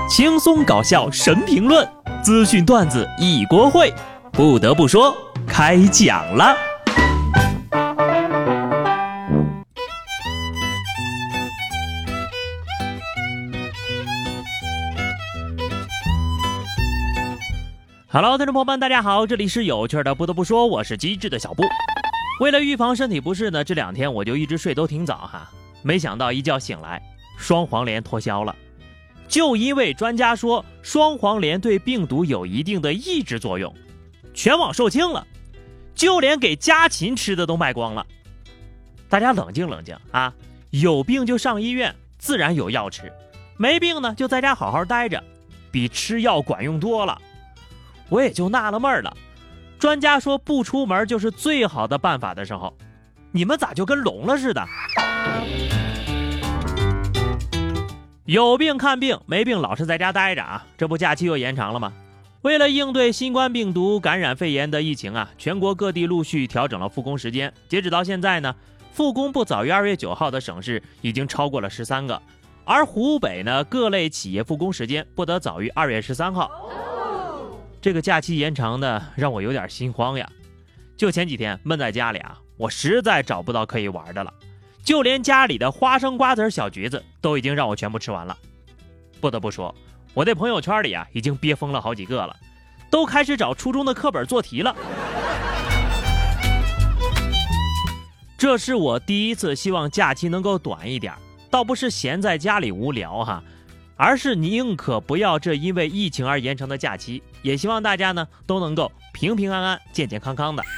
轻松搞笑神评论，资讯段子一锅烩。不得不说，开讲了。Hello， 听众朋友们，大家好，这里是有趣的。不得不说，我是机智的小布。为了预防身体不适呢，这2天我就一直睡都挺早哈。没想到一觉醒来，双黄连脱销了。就因为专家说双黄连对病毒有一定的抑制作用，全网售罄了，就连给家禽吃的都卖光了。大家冷静冷静啊，有病就上医院，自然有药吃；没病呢，就在家好好待着，比吃药管用多了。我也就纳了闷了，专家说不出门就是最好的办法的时候，你们咋就跟聋了似的？有病看病，没病老是在家待着啊！这不假期又延长了吗？为了应对新冠病毒感染肺炎的疫情啊，全国各地陆续调整了复工时间。截止到现在呢，复工不早于2月9号的省市已经超过了13个，而湖北呢，各类企业复工时间不得早于2月13号。这个假期延长的让我有点心慌呀！就前几天闷在家里啊，我实在找不到可以玩的了。就连家里的花生瓜子小橘子都已经让我全部吃完了。不得不说，我的朋友圈里啊已经憋疯了好几个了，都开始找初中的课本做题了。这是我第一次希望假期能够短一点，倒不是闲在家里无聊哈，而是宁可不要这因为疫情而延长的假期，也希望大家呢都能够平平安安、健健康康的。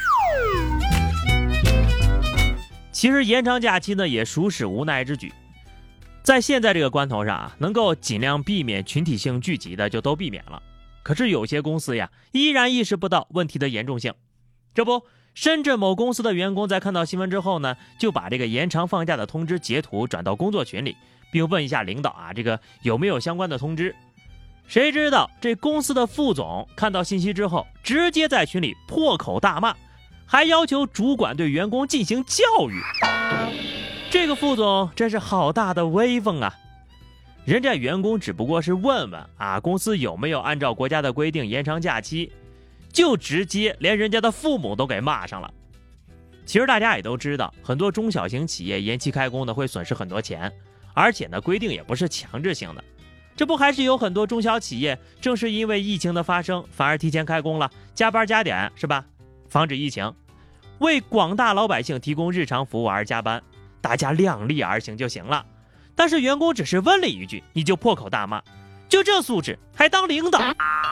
其实延长假期呢也属是无奈之举，在现在这个关头上啊，能够尽量避免群体性聚集的就都避免了。可是有些公司呀依然意识不到问题的严重性。这不，深圳某公司的员工在看到新闻之后呢，就把这个延长放假的通知截图转到工作群里，并问一下领导啊，这个有没有相关的通知。谁知道这公司的副总看到信息之后，直接在群里破口大骂，还要求主管对员工进行教育。这个副总真是好大的威风啊！人家员工只不过是问问啊，公司有没有按照国家的规定延长假期，就直接连人家的父母都给骂上了。其实大家也都知道，很多中小型企业延期开工呢会损失很多钱，而且呢规定也不是强制性的。这不还是有很多中小企业正是因为疫情的发生，反而提前开工了，加班加点是吧？防止疫情，为广大老百姓提供日常服务而加班，大家量力而行就行了。但是员工只是问了一句，你就破口大骂，就这素质还当领导？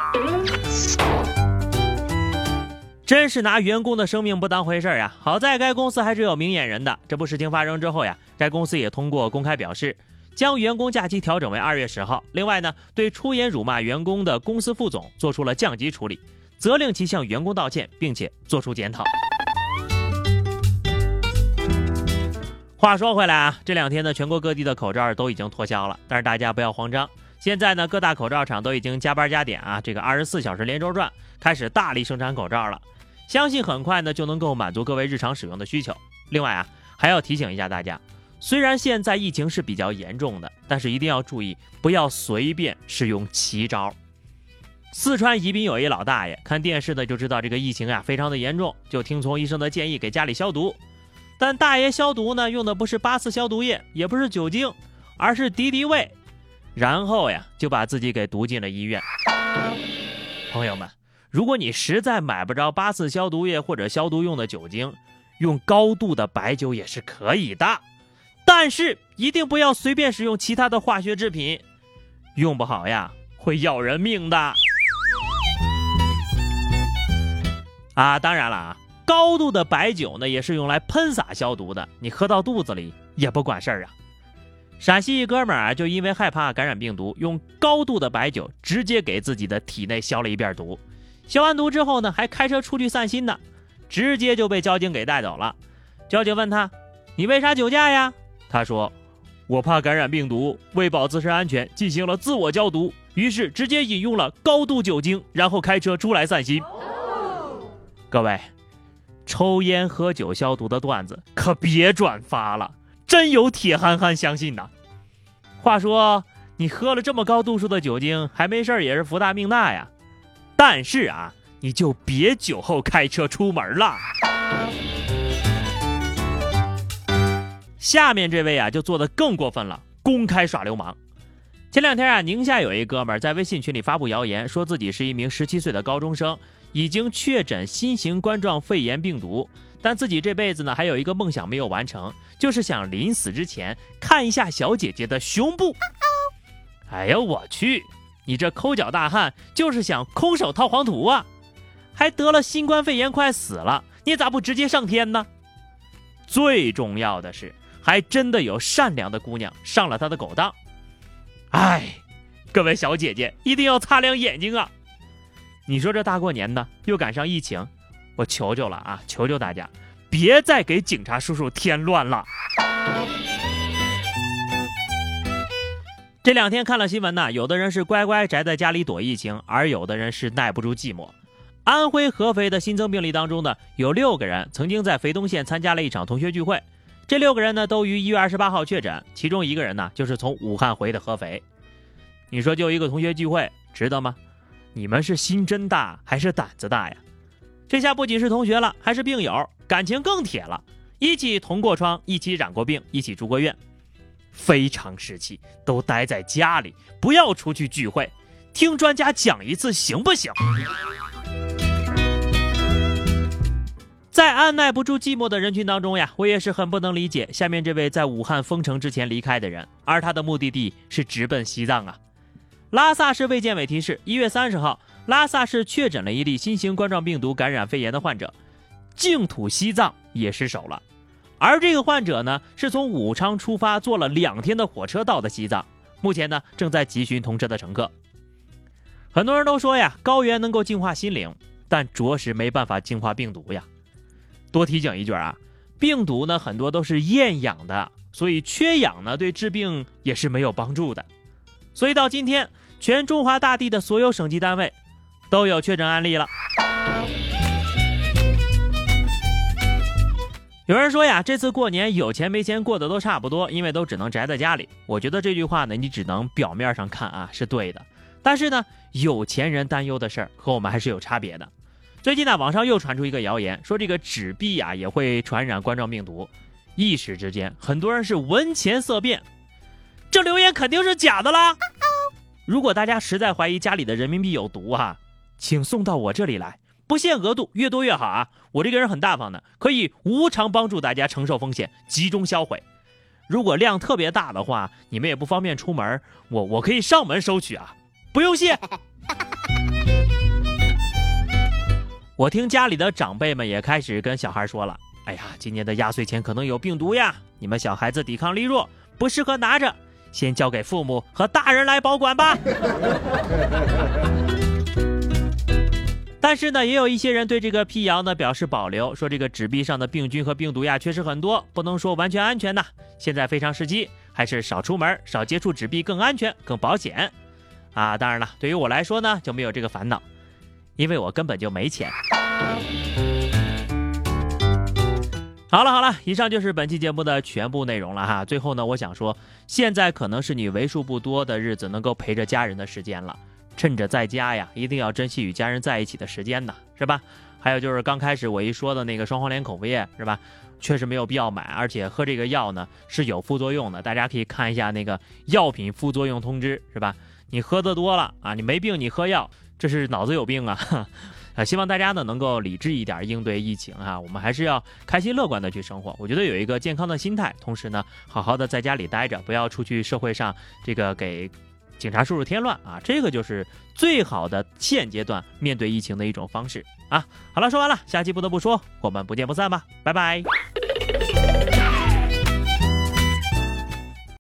真是拿员工的生命不当回事呀！好在该公司还是有明眼人的。这部事情发生之后呀，该公司也通过公开表示，将员工假期调整为2月10号。另外呢，对出言辱骂员工的公司副总做出了降级处理，责令其向员工道歉，并且做出检讨。话说回来啊，这2天呢，全国各地的口罩都已经脱销了，但是大家不要慌张。现在呢，各大口罩厂都已经加班加点啊，这个24小时连轴转，开始大力生产口罩了。相信很快呢就能够满足各位日常使用的需求。另外啊，还要提醒一下大家，虽然现在疫情是比较严重的，但是一定要注意，不要随便使用奇招。四川宜宾有一老大爷，看电视呢就知道这个疫情啊非常的严重，就听从医生的建议给家里消毒。但大爷消毒呢用的不是8四消毒液，也不是酒精，而是敌敌畏，然后呀就把自己给毒进了医院。朋友们，如果你实在买不着8四消毒液或者消毒用的酒精，用高度的白酒也是可以的，但是一定不要随便使用其他的化学制品，用不好呀会要人命的啊！当然了啊，高度的白酒呢也是用来喷洒消毒的，你喝到肚子里也不管事儿啊。陕西一哥们儿啊，就因为害怕感染病毒，用高度的白酒直接给自己的体内消了一遍毒。消完毒之后呢，还开车出去散心呢，直接就被交警给带走了。交警问他，你为啥酒驾呀？他说，我怕感染病毒，为保自身安全进行了自我消毒，于是直接饮用了高度酒精，然后开车出来散心。各位，抽烟喝酒消毒的段子可别转发了，真有铁憨憨相信呐。话说你喝了这么高度数的酒精，还没事也是福大命大呀。但是啊，你就别酒后开车出门了。下面这位啊，就做得更过分了，公开耍流氓。前两天啊，宁夏有一哥们儿在微信群里发布谣言，说自己是一名17岁的高中生，已经确诊新型冠状肺炎病毒，但自己这辈子呢还有一个梦想没有完成，就是想临死之前看一下小姐姐的胸部。哎呀我去，你这抠脚大汉就是想空手套黄图啊！还得了新冠肺炎快死了，你咋不直接上天呢？最重要的是，还真的有善良的姑娘上了他的狗当。哎，各位小姐姐一定要擦亮眼睛啊！你说这大过年的又赶上疫情，我求求了啊，求求大家别再给警察叔叔添乱了。这两天看了新闻呢，有的人是乖乖宅在家里躲疫情，而有的人是耐不住寂寞。安徽合肥的新增病例当中呢，有6个人曾经在肥东县参加了一场同学聚会，这6个人呢都于1月28号确诊，其中1个人呢就是从武汉回的合肥。你说就一个同学聚会值得吗？你们是心真大还是胆子大呀？这下不仅是同学了，还是病友，感情更铁了，一起同过窗，一起染过病，一起住过院。非常时期都待在家里，不要出去聚会，听专家讲一次行不行？在按耐不住寂寞的人群当中呀，我也是很不能理解下面这位在武汉封城之前离开的人，而他的目的地是直奔西藏啊。拉萨市卫健委提示，1月30号，拉萨市确诊了一例新型冠状病毒感染肺炎的患者，净土西藏也失守了。而这个患者呢，是从武昌出发，坐了2天的火车到的西藏，目前呢正在急寻同车的乘客。很多人都说呀，高原能够净化心灵，但着实没办法净化病毒呀。多提醒一句啊，病毒呢很多都是厌氧的，所以缺氧呢对治病也是没有帮助的。所以到今天，全中华大地的所有省级单位都有确诊案例了。有人说呀，这次过年有钱没钱过得都差不多，因为都只能宅在家里。我觉得这句话呢，你只能表面上看啊，是对的。但是呢，有钱人担忧的事儿和我们还是有差别的。最近呢，网上又传出一个谣言，说这个纸币啊也会传染冠状病毒。一时之间，很多人是闻钱色变，这留言肯定是假的啦。如果大家实在怀疑家里的人民币有毒啊，请送到我这里来，不限额度，越多越好啊！我这个人很大方的，可以无偿帮助大家承受风险，集中销毁。如果量特别大的话，你们也不方便出门，我可以上门收取啊，不用谢。我听家里的长辈们也开始跟小孩说了，哎呀，今年的压岁钱可能有病毒呀，你们小孩子抵抗力弱，不适合拿着，先交给父母和大人来保管吧。但是呢，也有一些人对这个辟谣呢表示保留，说这个纸币上的病菌和病毒呀确实很多，不能说完全安全呐。现在非常时期，还是少出门，少接触纸币更安全更保险啊。当然了，对于我来说呢就没有这个烦恼，因为我根本就没钱。好了，以上就是本期节目的全部内容了哈。最后呢，我想说，现在可能是你为数不多的日子能够陪着家人的时间了，趁着在家呀，一定要珍惜与家人在一起的时间呢，是吧？还有就是刚开始我一说的那个双黄连口服液，是吧？确实没有必要买，而且喝这个药呢是有副作用的，大家可以看一下那个药品副作用通知，是吧？你喝得多了啊，你没病你喝药，这是脑子有病啊！希望大家呢能够理智一点应对疫情啊，我们还是要开心乐观的去生活。我觉得有一个健康的心态，同时呢，好好的在家里待着，不要出去社会上这个给警察叔叔添乱啊，这个就是最好的现阶段面对疫情的一种方式啊。好了，说完了，下期不得不说，我们不见不散吧，拜拜。